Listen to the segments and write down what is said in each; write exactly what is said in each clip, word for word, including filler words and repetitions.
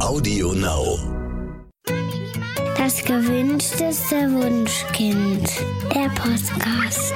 Audio Now. Das gewünschteste Wunschkind, der Podcast.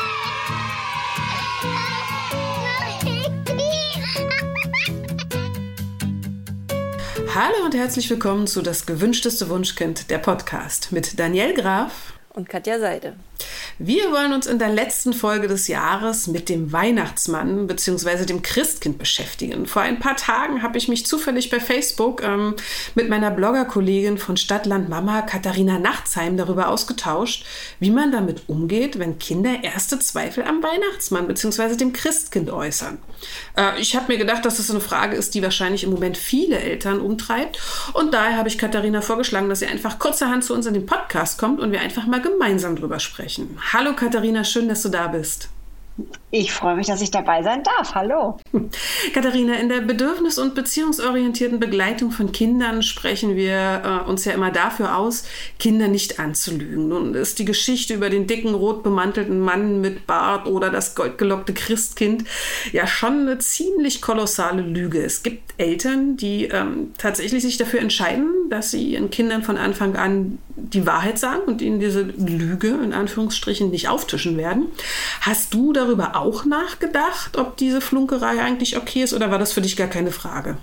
Hallo und herzlich willkommen zu Das gewünschteste Wunschkind, der Podcast mit Danielle Graf und Katja Seide. Wir wollen uns in der letzten Folge des Jahres mit dem Weihnachtsmann bzw. dem Christkind beschäftigen. Vor ein paar Tagen habe ich mich zufällig bei Facebook ähm, mit meiner Bloggerkollegin von Stadt, Land, Mama, Katharina Nachtsheim, darüber ausgetauscht, wie man damit umgeht, wenn Kinder erste Zweifel am Weihnachtsmann bzw. dem Christkind äußern. Äh, ich habe mir gedacht, dass das eine Frage ist, die wahrscheinlich im Moment viele Eltern umtreibt. Und daher habe ich Katharina vorgeschlagen, dass sie einfach kurzerhand zu uns in den Podcast kommt und wir einfach mal gemeinsam drüber sprechen. Hallo Katharina, schön, dass du da bist. Ich freue mich, dass ich dabei sein darf. Hallo. Katharina, in der bedürfnis- und beziehungsorientierten Begleitung von Kindern sprechen wir äh, uns ja immer dafür aus, Kinder nicht anzulügen. Nun ist die Geschichte über den dicken, rot bemantelten Mann mit Bart oder das goldgelockte Christkind ja schon eine ziemlich kolossale Lüge. Es gibt Eltern, die ähm, tatsächlich sich dafür entscheiden, dass sie ihren Kindern von Anfang an die Wahrheit sagen und ihnen diese Lüge in Anführungsstrichen nicht auftischen werden. Hast du darüber darüber auch nachgedacht, ob diese Flunkerei eigentlich okay ist, oder war das für dich gar keine Frage?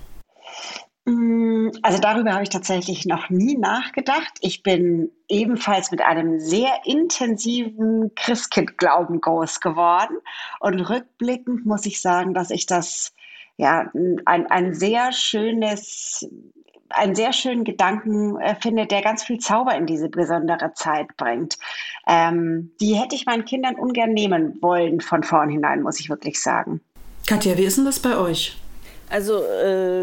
Also darüber habe ich tatsächlich noch nie nachgedacht. Ich bin ebenfalls mit einem sehr intensiven Christkind-Glauben groß geworden. Und rückblickend muss ich sagen, dass ich das ja ein, ein sehr schönes einen sehr schönen Gedanken äh, finde, der ganz viel Zauber in diese besondere Zeit bringt. Ähm, die hätte ich meinen Kindern ungern nehmen wollen von vornherein, muss ich wirklich sagen. Katja, wie ist denn das bei euch? Also äh,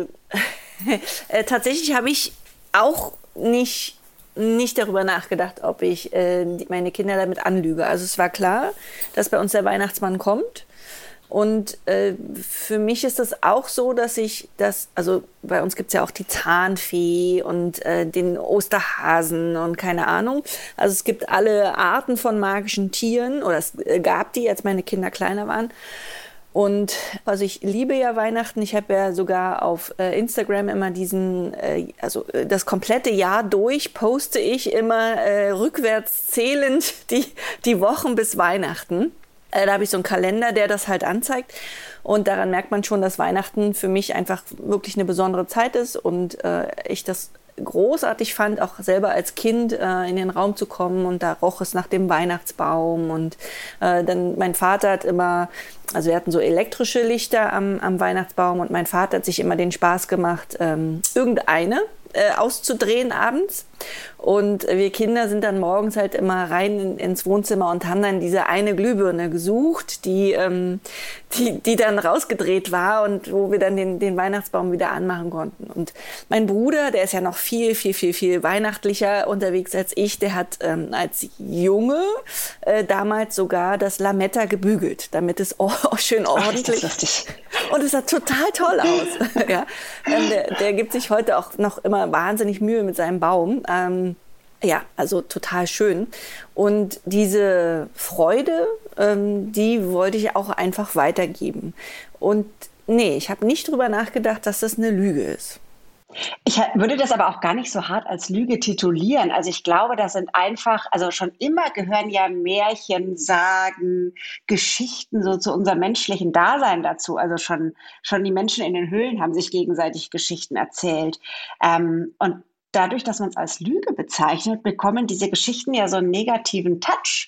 äh, tatsächlich habe ich auch nicht, nicht darüber nachgedacht, ob ich äh, meine Kinder damit anlüge. Also es war klar, dass bei uns der Weihnachtsmann kommt. Und äh, für mich ist das auch so, dass ich das, also bei uns gibt es ja auch die Zahnfee und äh, den Osterhasen und keine Ahnung. Also es gibt alle Arten von magischen Tieren, oder es gab die, als meine Kinder kleiner waren. Und also ich liebe ja Weihnachten. Ich habe ja sogar auf äh, Instagram immer diesen, äh, also äh, das komplette Jahr durch poste ich immer äh, rückwärts zählend die, die Wochen bis Weihnachten. Da habe ich so einen Kalender, der das halt anzeigt. Und daran merkt man schon, dass Weihnachten für mich einfach wirklich eine besondere Zeit ist. Und äh, ich das großartig fand, auch selber als Kind äh, in den Raum zu kommen. Und da roch es nach dem Weihnachtsbaum. Und äh, dann mein Vater hat immer, also wir hatten so elektrische Lichter am, am Weihnachtsbaum. Und mein Vater hat sich immer den Spaß gemacht, ähm, irgendeine äh, auszudrehen abends. Und wir Kinder sind dann morgens halt immer rein in, ins Wohnzimmer und haben dann diese eine Glühbirne gesucht, die, ähm, die, die dann rausgedreht war und wo wir dann den, den Weihnachtsbaum wieder anmachen konnten. Und mein Bruder, der ist ja noch viel, viel, viel, viel weihnachtlicher unterwegs als ich, der hat ähm, als Junge äh, damals sogar das Lametta gebügelt, damit es oh, oh, schön ordentlich ist. Und es sah total toll aus. ja. ähm, der, der gibt sich heute auch noch immer wahnsinnig Mühe mit seinem Baum. Ähm, ja, also total schön. Und diese Freude, ähm, die wollte ich auch einfach weitergeben. Und nee, ich habe nicht drüber nachgedacht, dass das eine Lüge ist. Ich würde das aber auch gar nicht so hart als Lüge titulieren. Also ich glaube, das sind einfach, also schon immer gehören ja Märchen, Sagen, Geschichten so zu unserem menschlichen Dasein dazu. Also schon, schon die Menschen in den Höhlen haben sich gegenseitig Geschichten erzählt. Ähm, und dadurch, dass man es als Lüge bezeichnet, bekommen diese Geschichten ja so einen negativen Touch.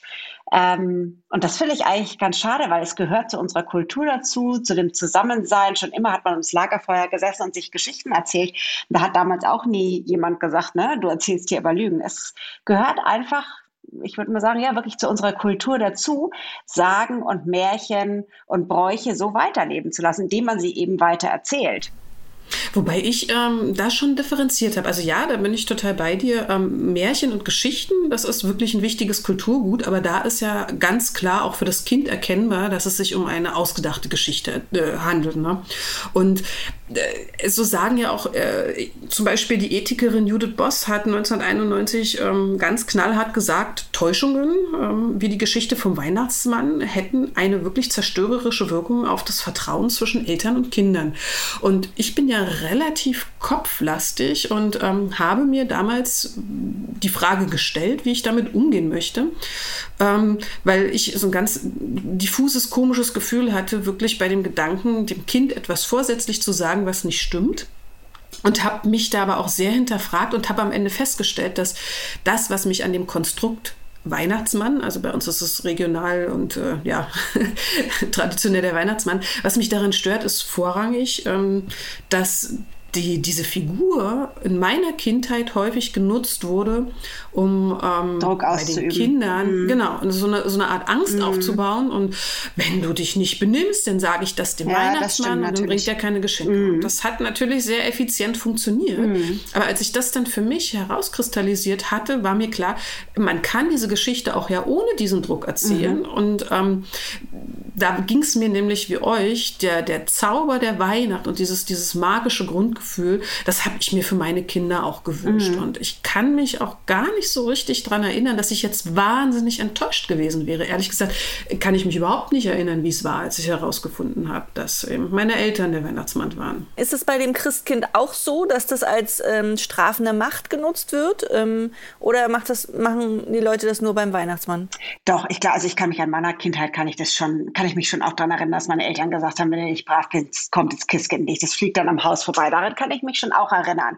Ähm, und das finde ich eigentlich ganz schade, weil es gehört zu unserer Kultur dazu, zu dem Zusammensein. Schon immer hat man ums Lagerfeuer gesessen und sich Geschichten erzählt. Da hat damals auch nie jemand gesagt, ne, du erzählst hier aber Lügen. Es gehört einfach, ich würde mal sagen, ja, wirklich zu unserer Kultur dazu, Sagen und Märchen und Bräuche so weiterleben zu lassen, indem man sie eben weiter erzählt. Wobei ich ähm, da schon differenziert habe. Also ja, da bin ich total bei dir. Ähm, Märchen und Geschichten, das ist wirklich ein wichtiges Kulturgut, aber da ist ja ganz klar auch für das Kind erkennbar, dass es sich um eine ausgedachte Geschichte äh, handelt. Ne? Und So sagen ja auch äh, zum Beispiel die Ethikerin Judith Boss hat neunzehnhunderteinundneunzig ähm, ganz knallhart gesagt, Täuschungen ähm, wie die Geschichte vom Weihnachtsmann hätten eine wirklich zerstörerische Wirkung auf das Vertrauen zwischen Eltern und Kindern. Und ich bin ja relativ kopflastig und ähm, habe mir damals die Frage gestellt, wie ich damit umgehen möchte, ähm, weil ich so ein ganz diffuses, komisches Gefühl hatte, wirklich bei dem Gedanken, dem Kind etwas vorsätzlich zu sagen, was nicht stimmt. Und habe mich da aber auch sehr hinterfragt und habe am Ende festgestellt, dass das, was mich an dem Konstrukt Weihnachtsmann, also bei uns ist es regional und äh, ja, traditionell der Weihnachtsmann, was mich daran stört, ist vorrangig, ähm, dass die, diese Figur in meiner Kindheit häufig genutzt wurde, um ähm, Druck bei den Kindern, mm. genau, so eine, so eine Art Angst mm. aufzubauen. Und wenn du dich nicht benimmst, dann sage ich das dem ja, Weihnachtsmann das und dann bringt er keine Geschenke. Mm. Das hat natürlich sehr effizient funktioniert. Mm. Aber als ich das dann für mich herauskristallisiert hatte, war mir klar, man kann diese Geschichte auch ja ohne diesen Druck erzählen. Mm. Und ähm, da ging es mir nämlich wie euch, der, der Zauber der Weihnacht und dieses, dieses magische Grundgefühl, das habe ich mir für meine Kinder auch gewünscht. Mhm. Und ich kann mich auch gar nicht so richtig daran erinnern, dass ich jetzt wahnsinnig enttäuscht gewesen wäre. Ehrlich gesagt kann ich mich überhaupt nicht erinnern, wie es war, als ich herausgefunden habe, dass eben meine Eltern der Weihnachtsmann waren. Ist es bei dem Christkind auch so, dass das als ähm, strafende Macht genutzt wird? Ähm, oder macht das, machen die Leute das nur beim Weihnachtsmann? Doch, ich glaube, also ich kann mich an meiner Kindheit, kann ich das schon, kann ich mich schon auch daran erinnern, dass meine Eltern gesagt haben, wenn du nicht brav bist, kommt das Christkind nicht. Das fliegt dann am Haus vorbei. Daran kann ich mich schon auch erinnern.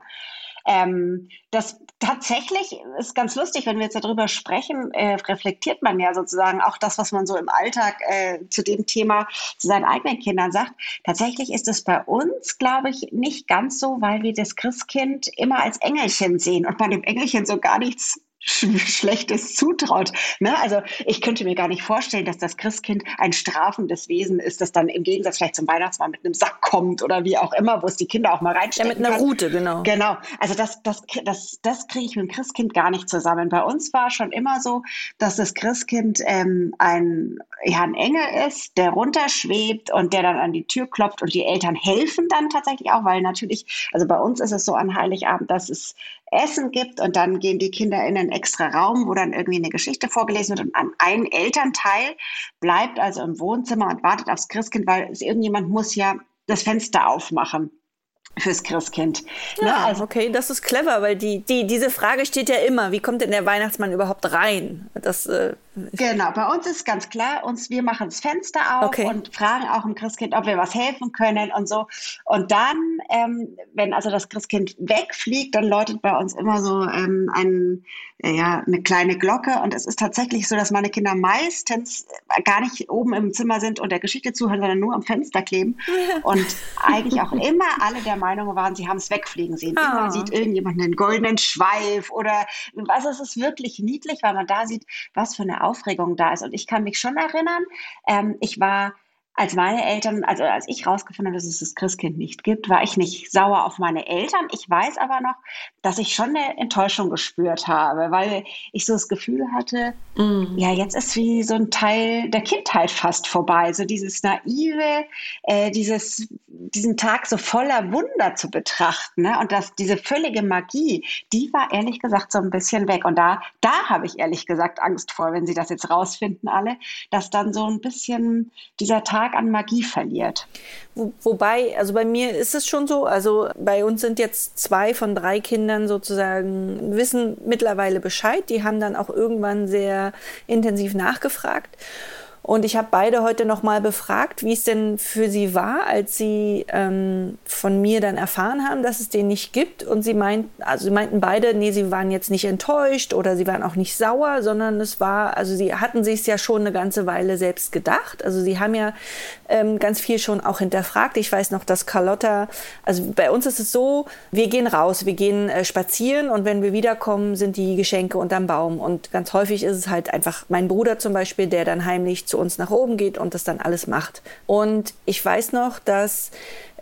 Ähm, das tatsächlich ist ganz lustig, wenn wir jetzt darüber sprechen, äh, reflektiert man ja sozusagen auch das, was man so im Alltag äh, zu dem Thema zu seinen eigenen Kindern sagt. Tatsächlich ist es bei uns, glaube ich, nicht ganz so, weil wir das Christkind immer als Engelchen sehen und man dem Engelchen so gar nichts Schlechtes zutraut. Ne? Also ich könnte mir gar nicht vorstellen, dass das Christkind ein strafendes Wesen ist, das dann im Gegensatz vielleicht zum Weihnachtsmann mit einem Sack kommt oder wie auch immer, wo es die Kinder auch mal reinstecken. Ja, mit einer kann. Rute, genau. Genau. Also das, das, das, das kriege ich mit dem Christkind gar nicht zusammen. Bei uns war schon immer so, dass das Christkind ähm, ein, ja, ein Engel ist, der runterschwebt und der dann an die Tür klopft und die Eltern helfen dann tatsächlich auch, weil natürlich, also bei uns ist es so an Heiligabend, dass es Essen gibt und dann gehen die Kinder in einen extra Raum, wo dann irgendwie eine Geschichte vorgelesen wird und ein Elternteil bleibt also im Wohnzimmer und wartet aufs Christkind, weil es, irgendjemand muss ja das Fenster aufmachen fürs Christkind. Ja, ne? Also, okay, das ist clever, weil die, die, diese Frage steht ja immer, wie kommt denn der Weihnachtsmann überhaupt rein? Das, äh, genau, bei uns ist ganz klar, uns, wir machen das Fenster auf okay. und fragen auch im Christkind, ob wir was helfen können und so. Und dann, ähm, wenn also das Christkind wegfliegt, dann läutet bei uns immer so ähm, ein, äh, ja, eine kleine Glocke. Und es ist tatsächlich so, dass meine Kinder meistens gar nicht oben im Zimmer sind und der Geschichte zuhören, sondern nur am Fenster kleben. Und eigentlich auch immer alle der Meinung waren, sie haben es wegfliegen sehen. Ah. Immer sieht irgendjemand einen goldenen Schweif oder was. Es ist wirklich niedlich, weil man da sieht, was für eine Aufregung da ist. Und ich kann mich schon erinnern, ähm, ich war, als meine Eltern, also als ich rausgefunden habe, dass es das Christkind nicht gibt, war ich nicht sauer auf meine Eltern. Ich weiß aber noch, dass ich schon eine Enttäuschung gespürt habe, weil ich so das Gefühl hatte, mm. ja, jetzt ist wie so ein Teil der Kindheit fast vorbei. So dieses naive, äh, dieses, diesen Tag so voller Wunder zu betrachten, ne? Und dass diese völlige Magie, die war ehrlich gesagt so ein bisschen weg. Und da, da habe ich ehrlich gesagt Angst vor, wenn sie das jetzt rausfinden alle, dass dann so ein bisschen dieser Tag an Magie verliert. Wo, wobei, also bei mir ist es schon so, also bei uns sind jetzt zwei von drei Kindern sozusagen, wissen mittlerweile Bescheid, die haben dann auch irgendwann sehr intensiv nachgefragt. Und ich habe beide heute noch mal befragt, wie es denn für sie war, als sie ähm, von mir dann erfahren haben, dass es den nicht gibt. Und sie meinten, also sie meinten beide, nee, sie waren jetzt nicht enttäuscht oder sie waren auch nicht sauer, sondern es war, also sie hatten sich es ja schon eine ganze Weile selbst gedacht. Also sie haben ja ähm, ganz viel schon auch hinterfragt. Ich weiß noch, dass Carlotta, also bei uns ist es so, wir gehen raus, wir gehen äh, spazieren und wenn wir wiederkommen, sind die Geschenke unterm Baum. Und ganz häufig ist es halt einfach mein Bruder zum Beispiel, der dann heimlich zu uns nach oben geht und das dann alles macht. Und ich weiß noch, dass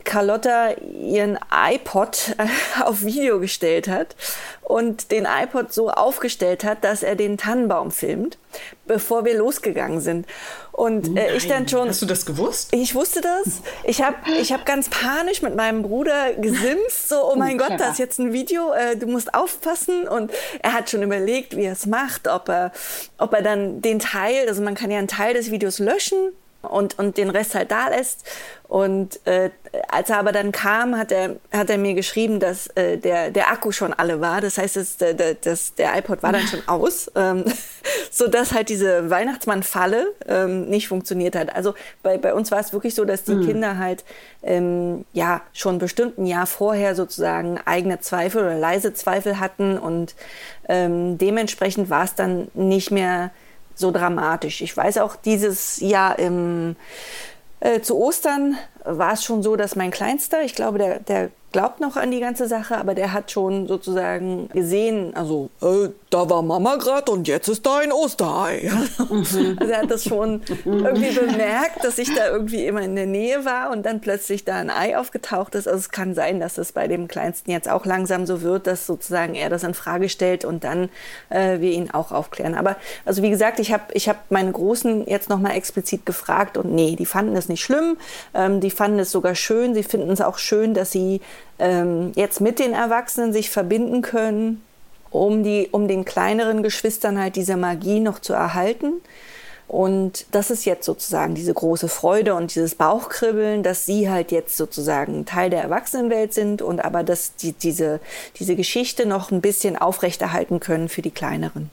Carlotta ihren iPod auf Video gestellt hat und den iPod so aufgestellt hat, dass er den Tannenbaum filmt, bevor wir losgegangen sind. Und äh, ich dann schon... Hast du das gewusst? Ich wusste das. Ich habe ich hab ganz panisch mit meinem Bruder gesimst, so, oh mein Gott, da ist jetzt ein Video, äh, du musst aufpassen. Und er hat schon überlegt, wie er es macht, ob er, ob er dann den Teil, also man kann ja einen Teil des Videos löschen, Und, und den Rest halt da lässt. Und äh, als er aber dann kam, hat er, hat er mir geschrieben, dass äh, der, der Akku schon alle war. Das heißt, das, das, das, der iPod war dann schon aus, ähm, sodass halt diese Weihnachtsmann-Falle ähm, nicht funktioniert hat. Also bei, bei uns war es wirklich so, dass die mhm. Kinder halt ähm, ja, schon bestimmt ein Jahr vorher sozusagen eigene Zweifel oder leise Zweifel hatten. Und ähm, dementsprechend war es dann nicht mehr so dramatisch. Ich weiß auch, dieses Jahr im, äh, zu Ostern war es schon so, dass mein Kleinster, ich glaube, der, der glaubt noch an die ganze Sache, aber der hat schon sozusagen gesehen, also äh, da war Mama gerade und jetzt ist da ein Osterei. Mhm. Also er hat das schon irgendwie bemerkt, dass ich da irgendwie immer in der Nähe war und dann plötzlich da ein Ei aufgetaucht ist. Also es kann sein, dass es bei dem Kleinsten jetzt auch langsam so wird, dass sozusagen er das in Frage stellt und dann äh, wir ihn auch aufklären. Aber also wie gesagt, ich habe ich hab meine Großen jetzt nochmal explizit gefragt und nee, die fanden es nicht schlimm, ähm, die fanden es sogar schön, sie finden es auch schön, dass sie ähm, jetzt mit den Erwachsenen sich verbinden können, um, die, um den kleineren Geschwistern halt diese Magie noch zu erhalten. Und das ist jetzt sozusagen diese große Freude und dieses Bauchkribbeln, dass sie halt jetzt sozusagen Teil der Erwachsenenwelt sind und aber dass die, diese, diese Geschichte noch ein bisschen aufrechterhalten können für die Kleineren.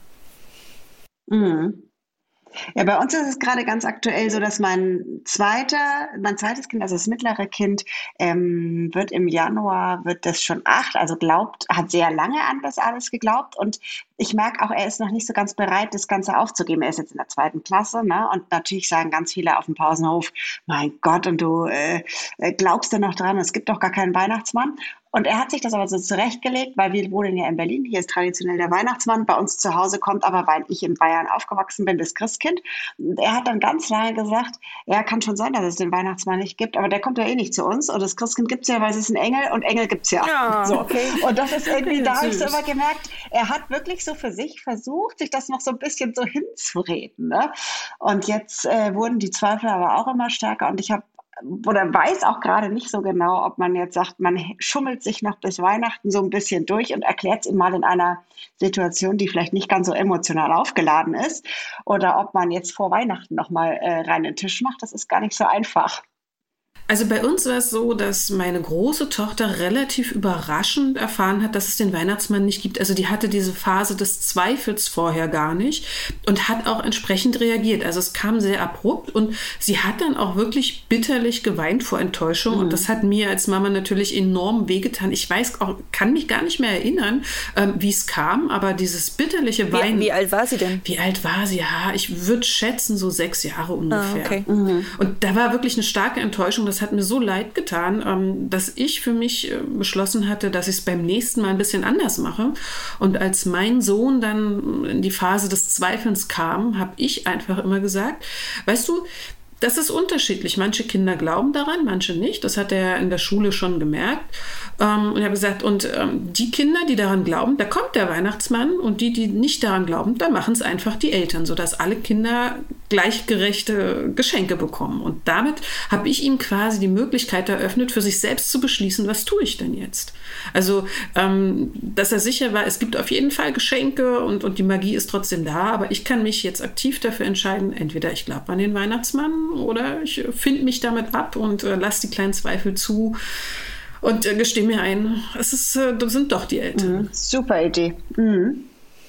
Mhm. Ja, bei uns ist es gerade ganz aktuell so, dass mein zweiter, mein zweites Kind, also das mittlere Kind, ähm, wird im Januar, wird das schon acht, also glaubt, hat sehr lange an das alles geglaubt und ich merke auch, er ist noch nicht so ganz bereit, das Ganze aufzugeben. Er ist jetzt in der zweiten Klasse, ne? Und natürlich sagen ganz viele auf dem Pausenhof, mein Gott, und du äh, glaubst da noch dran, es gibt doch gar keinen Weihnachtsmann. Und er hat sich das aber so zurechtgelegt, weil wir wohnen ja in Berlin, hier ist traditionell der Weihnachtsmann, bei uns zu Hause kommt aber, weil ich in Bayern aufgewachsen bin, das Christkind. Und er hat dann ganz lange gesagt, ja, kann schon sein, dass es den Weihnachtsmann nicht gibt, aber der kommt ja eh nicht zu uns und das Christkind gibt es ja, weil es ist ein Engel und Engel gibt es ja. Ja, so. Okay. Und das ist irgendwie, da habe ich so immer gemerkt, er hat wirklich so für sich versucht, sich das noch so ein bisschen so hinzureden. Ne? Und jetzt äh, wurden die Zweifel aber auch immer stärker und ich habe oder weiß auch gerade nicht so genau, ob man jetzt sagt, man schummelt sich noch bis Weihnachten so ein bisschen durch und erklärt es ihm mal in einer Situation, die vielleicht nicht ganz so emotional aufgeladen ist, oder ob man jetzt vor Weihnachten noch mal äh, rein den Tisch macht. Das ist gar nicht so einfach. Also bei uns war es so, dass meine große Tochter relativ überraschend erfahren hat, dass es den Weihnachtsmann nicht gibt. Also die hatte diese Phase des Zweifels vorher gar nicht und hat auch entsprechend reagiert. Also es kam sehr abrupt und sie hat dann auch wirklich bitterlich geweint vor Enttäuschung. Mhm. Und das hat mir als Mama natürlich enorm wehgetan. Ich weiß auch, kann mich gar nicht mehr erinnern, ähm, wie es kam, aber dieses bitterliche Weinen. Wie, wie alt war sie denn? Wie alt war sie? Ja, ich würde schätzen, so sechs Jahre ungefähr. Ah, okay. Mhm. Und da war wirklich eine starke Enttäuschung. Das hat mir so leid getan, dass ich für mich beschlossen hatte, dass ich es beim nächsten Mal ein bisschen anders mache. Und als mein Sohn dann in die Phase des Zweifelns kam, habe ich einfach immer gesagt, weißt du, das ist unterschiedlich. Manche Kinder glauben daran, manche nicht. Das hat er in der Schule schon gemerkt. Und ich habe gesagt, und die Kinder, die daran glauben, da kommt der Weihnachtsmann. Und die, die nicht daran glauben, da machen es einfach die Eltern, sodass alle Kinder gleichgerechte Geschenke bekommen. Und damit habe ich ihm quasi die Möglichkeit eröffnet, für sich selbst zu beschließen, was tue ich denn jetzt? Also, dass er sicher war, es gibt auf jeden Fall Geschenke und, und die Magie ist trotzdem da. Aber ich kann mich jetzt aktiv dafür entscheiden, entweder ich glaube an den Weihnachtsmann oder ich finde mich damit ab und äh, lasse die kleinen Zweifel zu und äh, gestehe mir ein, es ist, äh, das sind doch die Eltern. Mhm. Super Idee. Mhm.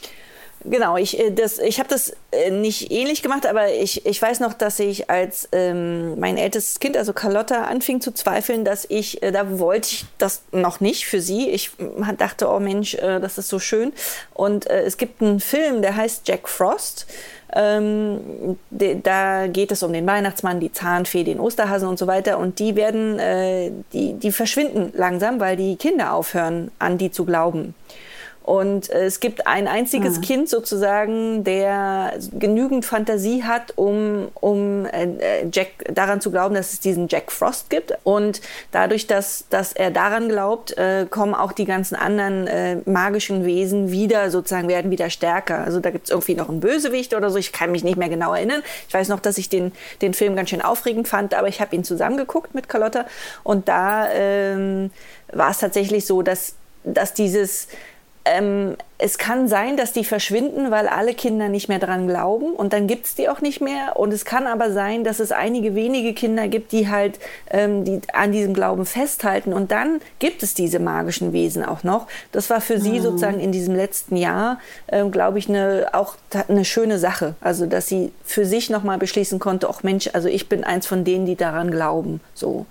Genau, ich, das, ich habe das nicht ähnlich gemacht, aber ich, ich weiß noch, dass ich als ähm, mein ältestes Kind, also Carlotta, anfing zu zweifeln, dass ich, äh, da wollte ich das noch nicht für sie. Ich äh, dachte, oh Mensch, äh, das ist so schön. Und äh, es gibt einen Film, der heißt Jack Frost. Ähm, de, da geht es um den Weihnachtsmann, die Zahnfee, den Osterhasen und so weiter. Und die werden, äh, die, die verschwinden langsam, weil die Kinder aufhören, an die zu glauben. Und äh, es gibt ein einziges mhm. Kind sozusagen, der genügend Fantasie hat, um, um äh, Jack daran zu glauben, dass es diesen Jack Frost gibt. Und dadurch, dass, dass er daran glaubt, äh, kommen auch die ganzen anderen äh, magischen Wesen wieder, sozusagen werden wieder stärker. Also da gibt es irgendwie noch einen Bösewicht oder so. Ich kann mich nicht mehr genau erinnern. Ich weiß noch, dass ich den, den Film ganz schön aufregend fand, aber ich habe ihn zusammengeguckt mit Carlotta. Und da ähm, war es tatsächlich so, dass, dass dieses... Ähm, es kann sein, dass die verschwinden, weil alle Kinder nicht mehr dran glauben und dann gibt es die auch nicht mehr. Und es kann aber sein, dass es einige wenige Kinder gibt, die halt ähm, die an diesem Glauben festhalten. Und dann gibt es diese magischen Wesen auch noch. Das war für mhm. sie sozusagen in diesem letzten Jahr, ähm, glaube ich, eine, auch eine schöne Sache. Also, dass sie für sich nochmal beschließen konnte, ach Mensch, also ich bin eins von denen, die daran glauben. So.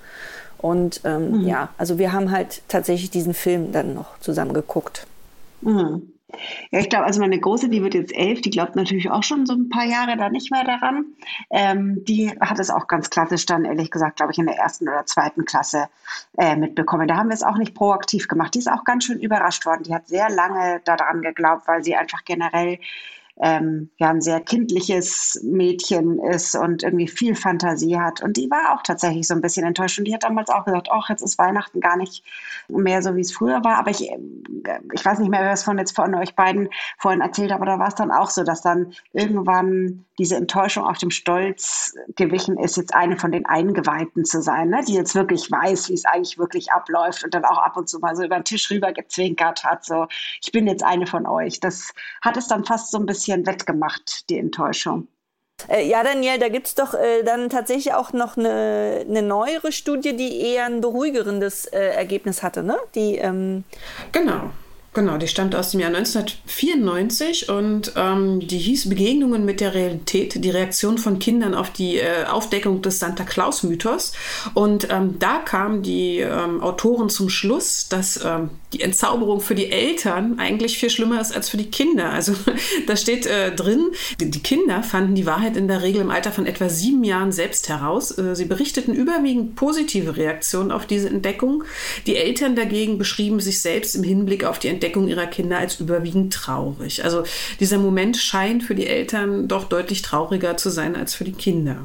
Und ähm, mhm. ja, also wir haben halt tatsächlich diesen Film dann noch zusammen geguckt. Mhm. Ja, ich glaube, also meine Große, die wird jetzt elf, die glaubt natürlich auch schon so ein paar Jahre da nicht mehr daran. Ähm, die hat es auch ganz klassisch dann, ehrlich gesagt, glaube ich, in der ersten oder zweiten Klasse äh, mitbekommen. Da haben wir es auch nicht proaktiv gemacht. Die ist auch ganz schön überrascht worden. Die hat sehr lange daran geglaubt, weil sie einfach generell ähm, ja, ein sehr kindliches Mädchen ist und irgendwie viel Fantasie hat. Und die war auch tatsächlich so ein bisschen enttäuscht. Und die hat damals auch gesagt, ach, jetzt ist Weihnachten gar nicht mehr so, wie es früher war. Aber ich, ich weiß nicht mehr, wer es von jetzt von euch beiden vorhin erzählt hat, aber da war es dann auch so, dass dann irgendwann diese Enttäuschung auf dem Stolz gewichen ist, jetzt eine von den Eingeweihten zu sein, ne? Die jetzt wirklich weiß, wie es eigentlich wirklich abläuft und dann auch ab und zu mal so über den Tisch rüber gezwinkert hat, so, ich bin jetzt eine von euch. Das hat es dann fast so ein bisschen wettgemacht, die Enttäuschung. Äh, ja, Daniel, da gibt es doch äh, dann tatsächlich auch noch eine, eine neuere Studie, die eher ein beruhigerendes äh, Ergebnis hatte, ne? Die, ähm genau. Genau, die stammt aus dem Jahr neunzehnhundertvierundneunzig und ähm, die hieß Begegnungen mit der Realität, die Reaktion von Kindern auf die äh, Aufdeckung des Santa-Claus-Mythos. Und ähm, da kamen die ähm, Autoren zum Schluss, dass ähm, die Entzauberung für die Eltern eigentlich viel schlimmer ist als für die Kinder. Also da steht äh, drin, die, die Kinder fanden die Wahrheit in der Regel im Alter von etwa sieben Jahren selbst heraus. Äh, sie berichteten überwiegend positive Reaktionen auf diese Entdeckung. Die Eltern dagegen beschrieben sich selbst im Hinblick auf die Entdeckung Entdeckung ihrer Kinder als überwiegend traurig. Also dieser Moment scheint für die Eltern doch deutlich trauriger zu sein als für die Kinder.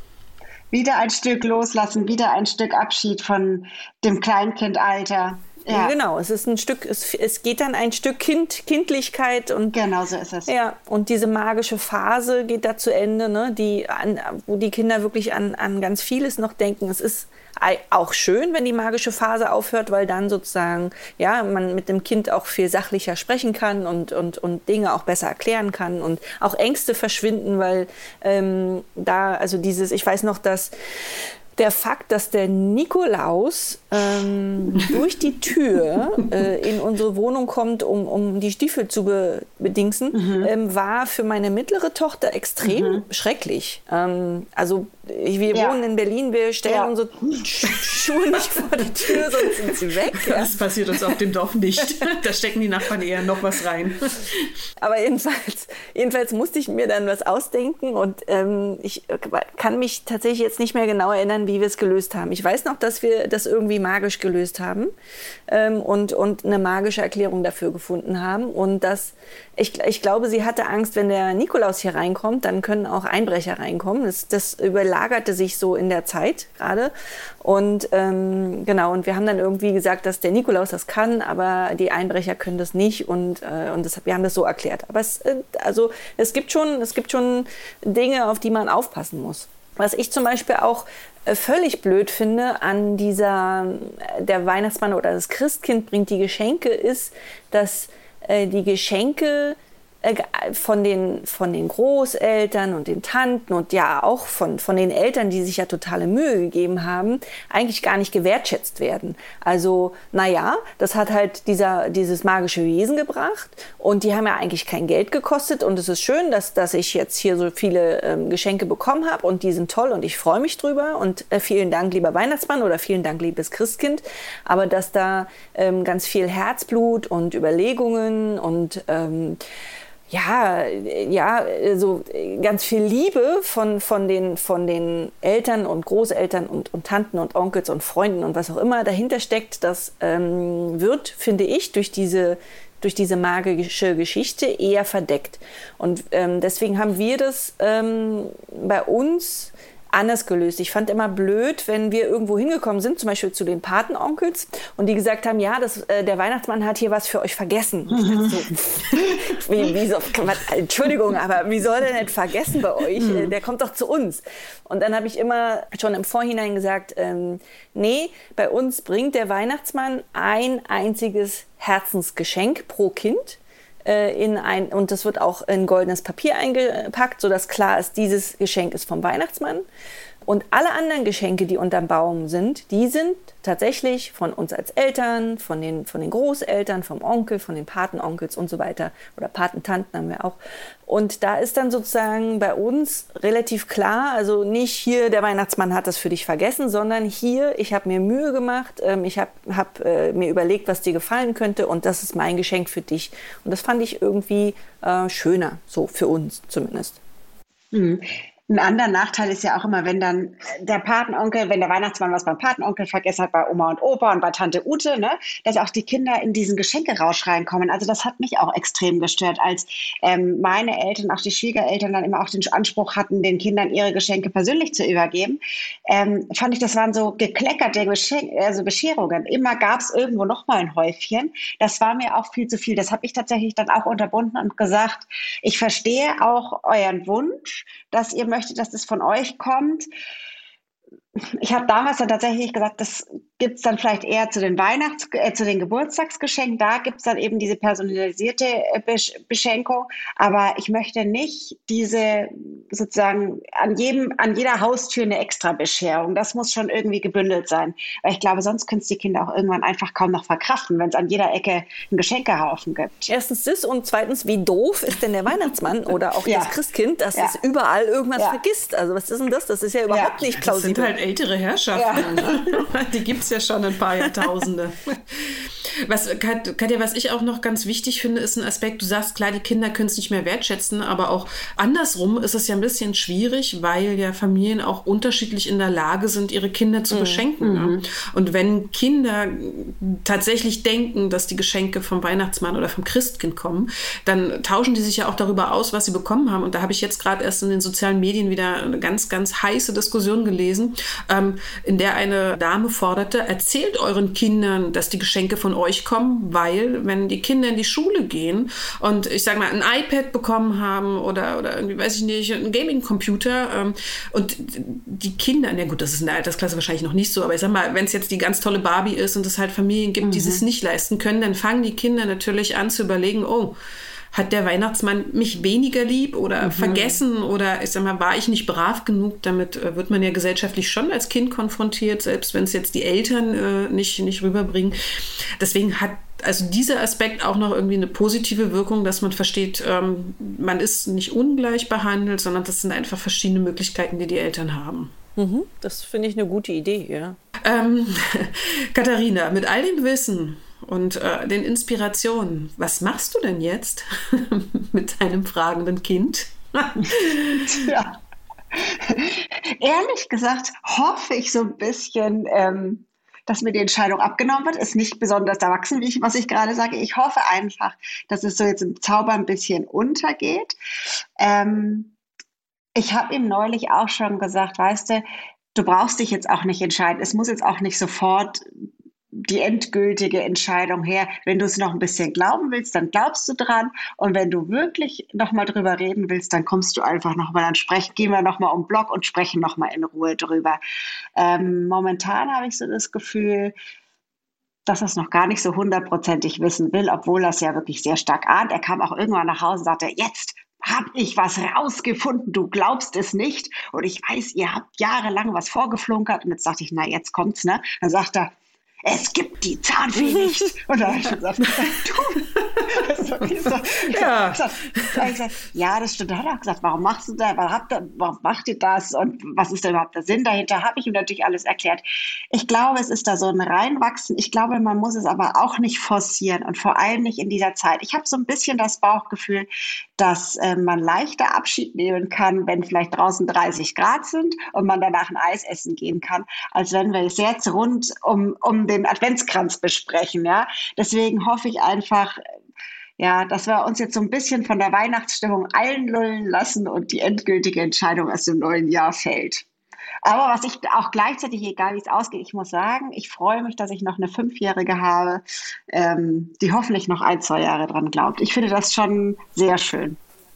Wieder ein Stück loslassen, wieder ein Stück Abschied von dem Kleinkindalter. Ja. Genau, es ist ein Stück, es, es geht dann ein Stück kind, Kindlichkeit und genau so ist es. Ja, und diese magische Phase geht da zu Ende, ne, die an, wo die Kinder wirklich an, an ganz vieles noch denken. Es ist auch schön, wenn die magische Phase aufhört, weil dann sozusagen ja man mit dem Kind auch viel sachlicher sprechen kann und und und Dinge auch besser erklären kann und auch Ängste verschwinden, weil ähm, da also dieses, ich weiß noch, dass der Fakt, dass der Nikolaus ähm, durch die Tür äh, in unsere Wohnung kommt, um, um die Stiefel zu be- bedingsen, mhm. ähm, war für meine mittlere Tochter extrem mhm. schrecklich. Ähm, also ich, wir ja. wohnen in Berlin, wir stellen ja. unsere Schuhe nicht vor die Tür, sonst sind sie weg. Ja. Das passiert uns auf dem Dorf nicht. Da stecken die Nachbarn eher noch was rein. Aber jedenfalls, jedenfalls musste ich mir dann was ausdenken und ähm, ich kann mich tatsächlich jetzt nicht mehr genau erinnern, wie wir es gelöst haben. Ich weiß noch, dass wir das irgendwie magisch gelöst haben ähm, und, und eine magische Erklärung dafür gefunden haben. Und das, ich, ich glaube, sie hatte Angst, wenn der Nikolaus hier reinkommt, dann können auch Einbrecher reinkommen. Das, das überlagerte sich so in der Zeit gerade. Und ähm, genau, und wir haben dann irgendwie gesagt, dass der Nikolaus das kann, aber die Einbrecher können das nicht. Und, äh, und das, wir haben das so erklärt. Aber es, äh, also, es gibt schon, es gibt schon Dinge, auf die man aufpassen muss. Was ich zum Beispiel auch äh, völlig blöd finde an dieser, äh, der Weihnachtsmann oder das Christkind bringt die Geschenke, ist, dass äh, die Geschenke äh, von den, von den Großeltern und den Tanten und ja auch von, von den Eltern, die sich ja totale Mühe gegeben haben, eigentlich gar nicht gewertschätzt werden. Also, naja, das hat halt dieser, dieses magische Wesen gebracht und die haben ja eigentlich kein Geld gekostet und es ist schön, dass, dass ich jetzt hier so viele ähm, Geschenke bekommen habe und die sind toll und ich freue mich drüber und äh, vielen Dank, lieber Weihnachtsmann oder vielen Dank, liebes Christkind, aber dass da ähm, ganz viel Herzblut und Überlegungen und ähm, ja, ja, so ganz viel Liebe von, von, den, von den Eltern und Großeltern und, und Tanten und Onkels und Freunden und was auch immer dahinter steckt, das ähm, wird, finde ich, durch diese durch diese magische Geschichte eher verdeckt. Und ähm, deswegen haben wir das ähm, bei uns anders gelöst. Ich fand immer blöd, wenn wir irgendwo hingekommen sind, zum Beispiel zu den Patenonkels, und die gesagt haben, ja, das, äh, der Weihnachtsmann hat hier was für euch vergessen. Mhm. So, wie, wie so, Entschuldigung, aber wie soll der nicht vergessen bei euch? Mhm. Der kommt doch zu uns. Und dann habe ich immer schon im Vorhinein gesagt, ähm, nee, bei uns bringt der Weihnachtsmann ein einziges Herzensgeschenk pro Kind. In ein, und das wird auch in goldenes Papier eingepackt, sodass klar ist, dieses Geschenk ist vom Weihnachtsmann. Und alle anderen Geschenke, die unterm Baum sind, die sind tatsächlich von uns als Eltern, von den, von den Großeltern, vom Onkel, von den Patenonkels und so weiter. Oder Patentanten haben wir auch. Und da ist dann sozusagen bei uns relativ klar, also nicht hier, der Weihnachtsmann hat das für dich vergessen, sondern hier, ich habe mir Mühe gemacht, ich habe hab, äh, mir überlegt, was dir gefallen könnte, und das ist mein Geschenk für dich. Und das fand ich irgendwie äh, schöner, so für uns zumindest. Mhm. Ein anderer Nachteil ist ja auch immer, wenn dann der Patenonkel, wenn der Weihnachtsmann was beim Patenonkel vergessen hat, bei Oma und Opa und bei Tante Ute, ne, dass auch die Kinder in diesen Geschenkerausch reinkommen. Also das hat mich auch extrem gestört, als ähm, meine Eltern, auch die Schwiegereltern, dann immer auch den Anspruch hatten, den Kindern ihre Geschenke persönlich zu übergeben. Ähm, fand ich, das waren so gekleckerte Geschenk- also Bescherungen. Immer gab es irgendwo noch mal ein Häufchen. Das war mir auch viel zu viel. Das habe ich tatsächlich dann auch unterbunden und gesagt, ich verstehe auch euren Wunsch, dass ihr möchtet, dass das von euch kommt. Ich habe damals dann tatsächlich gesagt, das gibt es dann vielleicht eher zu den Weihnachts-, äh, zu den Geburtstagsgeschenken. Da gibt es dann eben diese personalisierte äh, Besch- Beschenkung. Aber ich möchte nicht diese sozusagen an jedem, an jeder Haustür eine Extra-Bescherung. Das muss schon irgendwie gebündelt sein. Weil ich glaube, sonst können es die Kinder auch irgendwann einfach kaum noch verkraften, wenn es an jeder Ecke einen Geschenkehaufen gibt. Erstens das und zweitens, wie doof ist denn der Weihnachtsmann oder auch ja. das Christkind, dass ja. es überall irgendwas ja. vergisst. Also was ist denn das? Das ist ja überhaupt ja. nicht plausibel. Das sind halt ältere Herrschaften. Ja. Die gibt es ja schon ein paar Jahrtausende. Was, Katja, was ich auch noch ganz wichtig finde, ist ein Aspekt, du sagst, klar, die Kinder können es nicht mehr wertschätzen, aber auch andersrum ist es ja ein bisschen schwierig, weil ja Familien auch unterschiedlich in der Lage sind, ihre Kinder zu mhm. beschenken. Mhm. Ne? Und wenn Kinder tatsächlich denken, dass die Geschenke vom Weihnachtsmann oder vom Christkind kommen, dann tauschen die sich ja auch darüber aus, was sie bekommen haben. Und da habe ich jetzt gerade erst in den sozialen Medien wieder eine ganz, ganz heiße Diskussion gelesen, ähm, in der eine Dame forderte, erzählt euren Kindern, dass die Geschenke von euch kommen, weil wenn die Kinder in die Schule gehen und ich sage mal ein iPad bekommen haben oder, oder irgendwie, weiß ich nicht, einen Gaming-Computer ähm, und die Kinder, na gut, das ist in der Altersklasse wahrscheinlich noch nicht so, aber ich sag mal, wenn es jetzt die ganz tolle Barbie ist und es halt Familien gibt, mhm. die es nicht leisten können, dann fangen die Kinder natürlich an zu überlegen, oh, hat der Weihnachtsmann mich weniger lieb oder mhm. vergessen oder ich sag mal, war ich nicht brav genug? Damit äh, wird man ja gesellschaftlich schon als Kind konfrontiert, selbst wenn es jetzt die Eltern äh, nicht, nicht rüberbringen. Deswegen hat also dieser Aspekt auch noch irgendwie eine positive Wirkung, dass man versteht, ähm, man ist nicht ungleich behandelt, sondern das sind einfach verschiedene Möglichkeiten, die die Eltern haben. Mhm, das finde ich eine gute Idee, ja. Ähm, Katharina, mit all dem Wissen und äh, den Inspirationen, was machst du denn jetzt mit deinem fragenden Kind? Ja. Ehrlich gesagt hoffe ich so ein bisschen, ähm, dass mir die Entscheidung abgenommen wird. Ist nicht besonders erwachsen, wie ich, was ich gerade sage. Ich hoffe einfach, dass es so jetzt im Zauber ein bisschen untergeht. Ähm, ich habe ihm neulich auch schon gesagt, weißt du, du brauchst dich jetzt auch nicht entscheiden. Es muss jetzt auch nicht sofort die endgültige Entscheidung her. Wenn du es noch ein bisschen glauben willst, dann glaubst du dran. Und wenn du wirklich noch mal drüber reden willst, dann kommst du einfach noch mal, dann sprechen, gehen wir noch mal um den Block und sprechen noch mal in Ruhe drüber. Ähm, momentan habe ich so das Gefühl, dass er es noch gar nicht so hundertprozentig wissen will, obwohl er es ja wirklich sehr stark ahnt. Er kam auch irgendwann nach Hause und sagte, jetzt habe ich was rausgefunden, du glaubst es nicht. Und ich weiß, ihr habt jahrelang was vorgeflunkert. Und jetzt dachte ich, na, jetzt kommt's, ne? Dann sagt er, es gibt die Zahnfee nicht. Und da habe ich gesagt, du. Also, ja. Ich gesagt, ich gesagt, ja, das stimmt. Da hat er gesagt, warum machst du das? Warum, habt ihr, warum macht ihr das? Und was ist denn überhaupt der Sinn dahinter? Habe ich ihm natürlich alles erklärt. Ich glaube, es ist da so ein Reinwachsen. Ich glaube, man muss es aber auch nicht forcieren und vor allem nicht in dieser Zeit. Ich habe so ein bisschen das Bauchgefühl, dass äh, man leichter Abschied nehmen kann, wenn vielleicht draußen dreißig Grad sind und man danach ein Eis essen gehen kann, als wenn wir es jetzt rund um, um den Adventskranz besprechen. Ja? Deswegen hoffe ich einfach, ja, dass wir uns jetzt so ein bisschen von der Weihnachtsstimmung einlullen lassen und die endgültige Entscheidung erst im neuen Jahr fällt. Aber was ich auch gleichzeitig, egal wie es ausgeht, ich muss sagen, ich freue mich, dass ich noch eine Fünfjährige habe, ähm, die hoffentlich noch ein, zwei Jahre dran glaubt. Ich finde das schon sehr schön.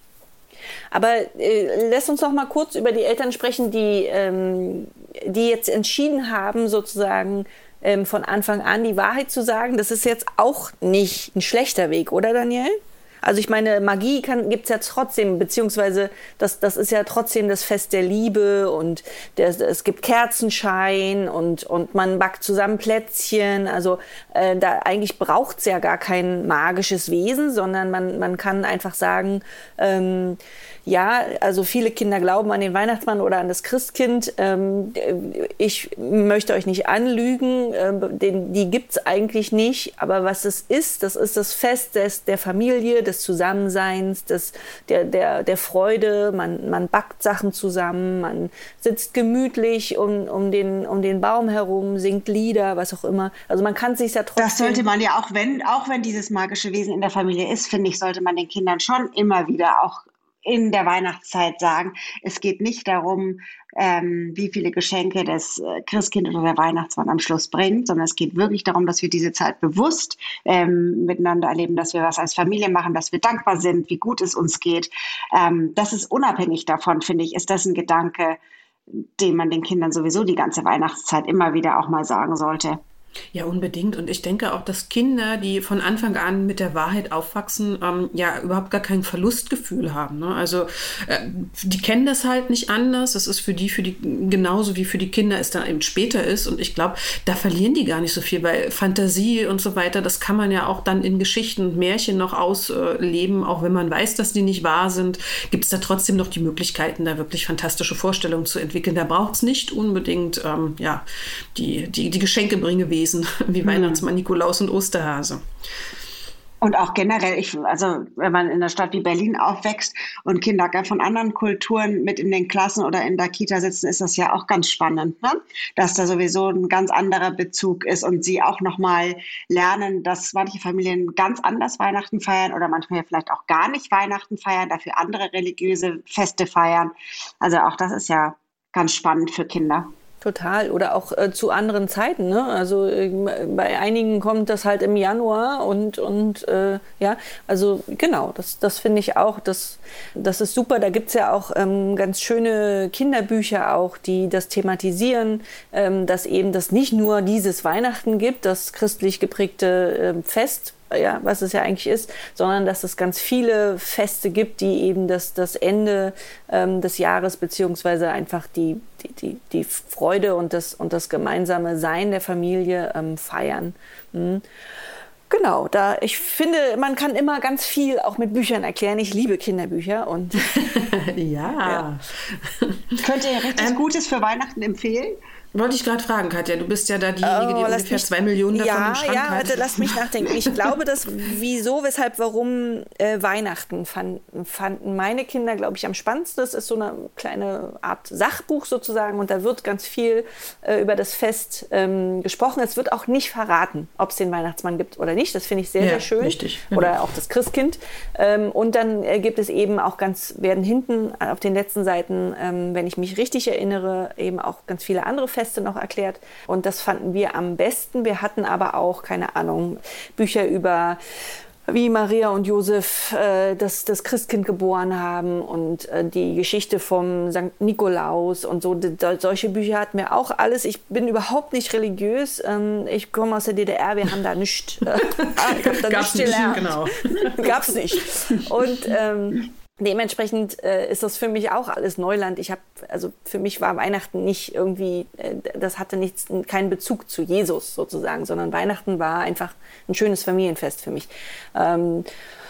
Aber äh, lass uns noch mal kurz über die Eltern sprechen, die, ähm, die jetzt entschieden haben, sozusagen ähm, von Anfang an die Wahrheit zu sagen. Das ist jetzt auch nicht ein schlechter Weg, oder Daniel? Also ich meine, Magie gibt es ja trotzdem, beziehungsweise das, das ist ja trotzdem das Fest der Liebe und der, es gibt Kerzenschein und, und man backt zusammen Plätzchen. Also äh, da eigentlich braucht es ja gar kein magisches Wesen, sondern man, man kann einfach sagen, ähm, ja, also viele Kinder glauben an den Weihnachtsmann oder an das Christkind. Ähm, ich möchte euch nicht anlügen, ähm, den, die gibt es eigentlich nicht. Aber was es ist, das ist das Fest des, der Familie, des Zusammenseins, des, der, der, der Freude. Man, man backt Sachen zusammen, man sitzt gemütlich um, um, den, um den Baum herum, singt Lieder, was auch immer. Also man kann sich ja trotzdem... Das sollte man ja, auch wenn, auch wenn dieses magische Wesen in der Familie ist, finde ich, sollte man den Kindern schon immer wieder auch in der Weihnachtszeit sagen, es geht nicht darum, ähm, wie viele Geschenke das Christkind oder der Weihnachtsmann am Schluss bringt, sondern es geht wirklich darum, dass wir diese Zeit bewusst ähm, miteinander erleben, dass wir was als Familie machen, dass wir dankbar sind, wie gut es uns geht. Ähm, das ist unabhängig davon, finde ich, ist das ein Gedanke, den man den Kindern sowieso die ganze Weihnachtszeit immer wieder auch mal sagen sollte. Ja, unbedingt. Und ich denke auch, dass Kinder, die von Anfang an mit der Wahrheit aufwachsen, ähm, ja überhaupt gar kein Verlustgefühl haben. Ne? Also äh, die kennen das halt nicht anders. Das ist für die, für die genauso wie für die Kinder es dann eben später ist. Und ich glaube, da verlieren die gar nicht so viel, weil Fantasie und so weiter, das kann man ja auch dann in Geschichten und Märchen noch ausleben. Auch wenn man weiß, dass die nicht wahr sind, gibt es da trotzdem noch die Möglichkeiten, da wirklich fantastische Vorstellungen zu entwickeln. Da braucht es nicht unbedingt ähm, ja, die, die, die Geschenkebringewesen wie Weihnachtsmann, Nikolaus und Osterhase. Und auch generell, ich, also wenn man in einer Stadt wie Berlin aufwächst und Kinder von anderen Kulturen mit in den Klassen oder in der Kita sitzen, ist das ja auch ganz spannend, ne? Dass da sowieso ein ganz anderer Bezug ist und sie auch nochmal lernen, dass manche Familien ganz anders Weihnachten feiern oder manchmal vielleicht auch gar nicht Weihnachten feiern, dafür andere religiöse Feste feiern. Also auch das ist ja ganz spannend für Kinder. Total. Oder auch äh, zu anderen Zeiten. Ne? Also äh, bei einigen kommt das halt im Januar und, und äh, ja, also genau, das, das finde ich auch, das, das ist super. Da gibt es ja auch ähm, ganz schöne Kinderbücher auch, die das thematisieren, ähm, dass eben das nicht nur dieses Weihnachten gibt, das christlich geprägte äh, Fest, ja, was es ja eigentlich ist, sondern dass es ganz viele Feste gibt, die eben das, das Ende ähm, des Jahres beziehungsweise einfach die, die, die, die Freude und das, und das gemeinsame Sein der Familie ähm, feiern. Mhm. Genau, da ich finde, man kann immer ganz viel auch mit Büchern erklären. Ich liebe Kinderbücher und ja. ja. Könnt ihr richtig ähm, Gutes für Weihnachten empfehlen? Wollte ich gerade fragen, Katja, du bist ja da diejenige, die oh, ungefähr mich, zwei Millionen davon ja, im Schrank ja, hat. Ja, warte, lass mich nachdenken. Ich glaube, dass wieso, weshalb, warum äh, Weihnachten fanden, fanden meine Kinder, glaube ich, am spannendsten. Das ist so eine kleine Art Sachbuch sozusagen und da wird ganz viel äh, über das Fest ähm, gesprochen. Es wird auch nicht verraten, ob es den Weihnachtsmann gibt oder nicht. Das finde ich sehr, ja, sehr schön. Richtig. Oder auch das Christkind. Ähm, und dann äh, gibt es eben auch ganz, werden hinten auf den letzten Seiten, ähm, wenn ich mich richtig erinnere, eben auch ganz viele andere Feste noch erklärt. Und das fanden wir am besten. Wir hatten aber auch, keine Ahnung, Bücher über wie Maria und Josef äh, das, das Christkind geboren haben und äh, die Geschichte vom Sankt Nikolaus und so. D- solche Bücher hatten wir auch alles. Ich bin überhaupt nicht religiös. Ähm, ich komme aus der D D R, wir haben da nichts äh, Gab's nicht gelernt. Genau. Gab's nicht. Und ähm, dementsprechend äh, ist das für mich auch alles Neuland. Ich habe, also für mich war Weihnachten nicht irgendwie, äh, das hatte nichts, keinen Bezug zu Jesus sozusagen, sondern Weihnachten war einfach ein schönes Familienfest für mich. Ähm,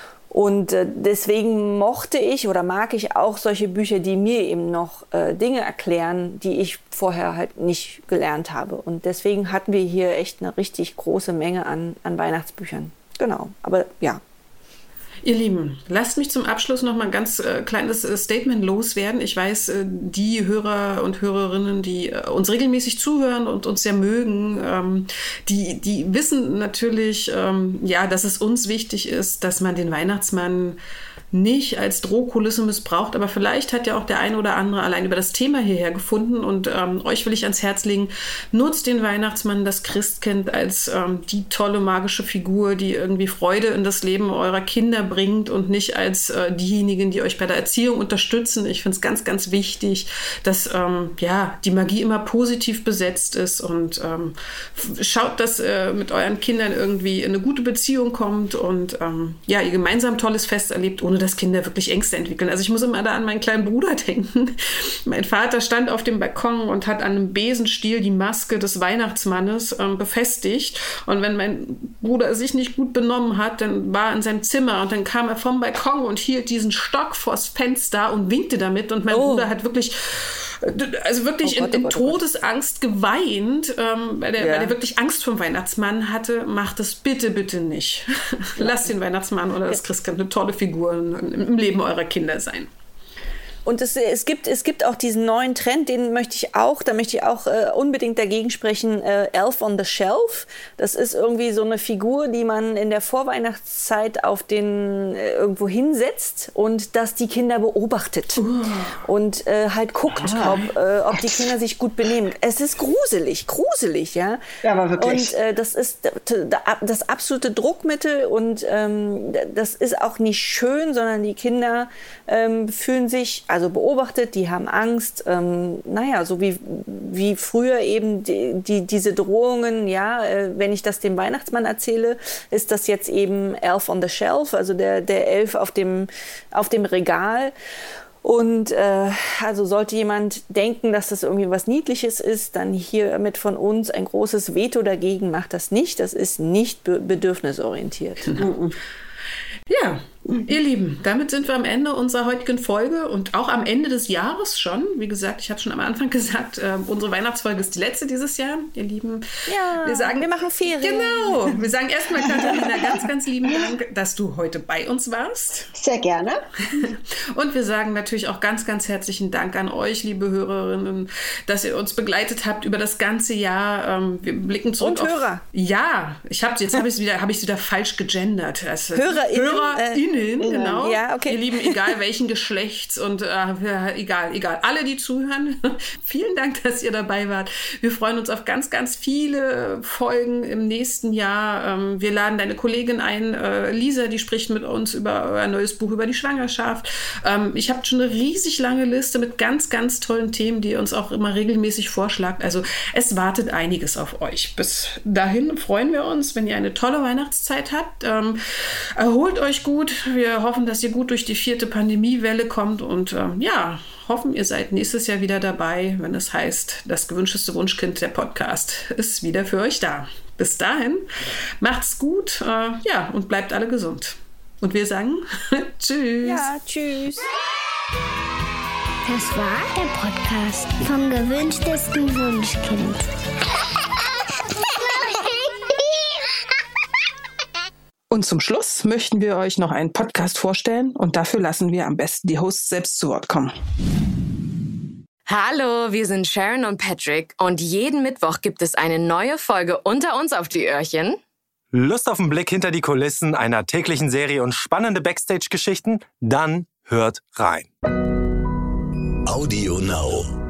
und äh, deswegen mochte ich oder mag ich auch solche Bücher, die mir eben noch äh, Dinge erklären, die ich vorher halt nicht gelernt habe. Und deswegen hatten wir hier echt eine richtig große Menge an, an Weihnachtsbüchern. Genau, aber ja. Ihr Lieben, lasst mich zum Abschluss noch mal ein ganz äh, kleines äh, Statement loswerden. Ich weiß, äh, die Hörer und Hörerinnen, die äh, uns regelmäßig zuhören und uns sehr mögen, ähm, die, die wissen natürlich, ähm, ja, dass es uns wichtig ist, dass man den Weihnachtsmann nicht als Drohkulisse missbraucht, aber vielleicht hat ja auch der eine oder andere allein über das Thema hierher gefunden und ähm, euch will ich ans Herz legen, nutzt den Weihnachtsmann, das Christkind als ähm, die tolle magische Figur, die irgendwie Freude in das Leben eurer Kinder bringt und nicht als äh, diejenigen, die euch bei der Erziehung unterstützen. Ich finde es ganz, ganz wichtig, dass ähm, ja, die Magie immer positiv besetzt ist und ähm, schaut, dass äh, mit euren Kindern irgendwie eine gute Beziehung kommt und ähm, ja, ihr gemeinsam tolles Fest erlebt, ohne dass Kinder wirklich Ängste entwickeln. Also ich muss immer da an meinen kleinen Bruder denken. Mein Vater stand auf dem Balkon und hat an einem Besenstiel die Maske des Weihnachtsmannes ähm, befestigt. Und wenn mein Bruder sich nicht gut benommen hat, dann war er in seinem Zimmer und dann kam er vom Balkon und hielt diesen Stock vors Fenster und winkte damit. Und mein oh. Bruder hat wirklich also wirklich oh Gott, in, in oh Gott, Todesangst geweint, ähm, weil, der, ja. weil der wirklich Angst vom Weihnachtsmann hatte. Macht es bitte, bitte nicht. Lasst den Weihnachtsmann oder das Christkind eine tolle Figur im Leben eurer Kinder sein. Und es, es, gibt, es gibt auch diesen neuen Trend, den möchte ich auch, da möchte ich auch äh, unbedingt dagegen sprechen, äh, Elf on the Shelf. Das ist irgendwie so eine Figur, die man in der Vorweihnachtszeit auf den äh, irgendwo hinsetzt und das die Kinder beobachtet. Uh. Und äh, halt guckt, ah. ob, äh, ob die Kinder sich gut benehmen. Es ist gruselig, gruselig, ja. Ja, aber wirklich. Und äh, das ist das absolute Druckmittel und ähm, das ist auch nicht schön, sondern die Kinder ähm, fühlen sich also beobachtet, die haben Angst, ähm, naja, so wie, wie früher eben die, die, diese Drohungen, ja, äh, wenn ich das dem Weihnachtsmann erzähle, ist das jetzt eben Elf on the Shelf, also der, der Elf auf dem, auf dem Regal. Und äh, also sollte jemand denken, dass das irgendwie was Niedliches ist, dann hiermit von uns ein großes Veto dagegen, macht das nicht, das ist nicht be- bedürfnisorientiert. Mhm. Ja, ihr Lieben, damit sind wir am Ende unserer heutigen Folge und auch am Ende des Jahres schon. Wie gesagt, ich habe schon am Anfang gesagt, äh, unsere Weihnachtsfolge ist die letzte dieses Jahr. Ihr Lieben, ja, wir, sagen, wir machen Ferien. Genau, wir sagen erstmal, Katharina, ganz, ganz lieben Dank, dass du heute bei uns warst. Sehr gerne. Und wir sagen natürlich auch ganz, ganz herzlichen Dank an euch, liebe Hörerinnen, dass ihr uns begleitet habt über das ganze Jahr. Ähm, wir blicken zurück Und auf... Ja, Ja, ich hab, jetzt habe ich es wieder, hab wieder falsch gegendert. Also, HörerInnen. HörerInnen, äh, genau. Ja, okay. Ihr Lieben, egal welchen Geschlechts und äh, egal, egal. Alle, die zuhören, vielen Dank, dass ihr dabei wart. Wir freuen uns auf ganz, ganz viele Folgen im nächsten Jahr. Ähm, wir laden deine Kollegin ein, äh, Lisa, die spricht mit uns über ein neues Buch über die Schwangerschaft. Ähm, ich habe schon eine riesig lange Liste mit ganz, ganz tollen Themen, die ihr uns auch immer regelmäßig vorschlagt. Also es wartet einiges auf euch. Bis dahin freuen wir uns, wenn ihr eine tolle Weihnachtszeit habt. Ähm, erholt euch gut. Wir hoffen, dass ihr gut durch die vierte Pandemiewelle kommt und ähm, ja, hoffen, ihr seid nächstes Jahr wieder dabei, wenn es heißt, das gewünschteste Wunschkind, der Podcast, ist wieder für euch da. Bis dahin, macht's gut, äh, ja, und bleibt alle gesund. Und wir sagen tschüss. Ja, tschüss. Das war der Podcast vom gewünschtesten Wunschkind. Und zum Schluss möchten wir euch noch einen Podcast vorstellen und dafür lassen wir am besten die Hosts selbst zu Wort kommen. Hallo, wir sind Sharon und Patrick und jeden Mittwoch gibt es eine neue Folge Unter uns auf die Öhrchen. Lust auf einen Blick hinter die Kulissen einer täglichen Serie und spannende Backstage-Geschichten? Dann hört rein. Audio Now.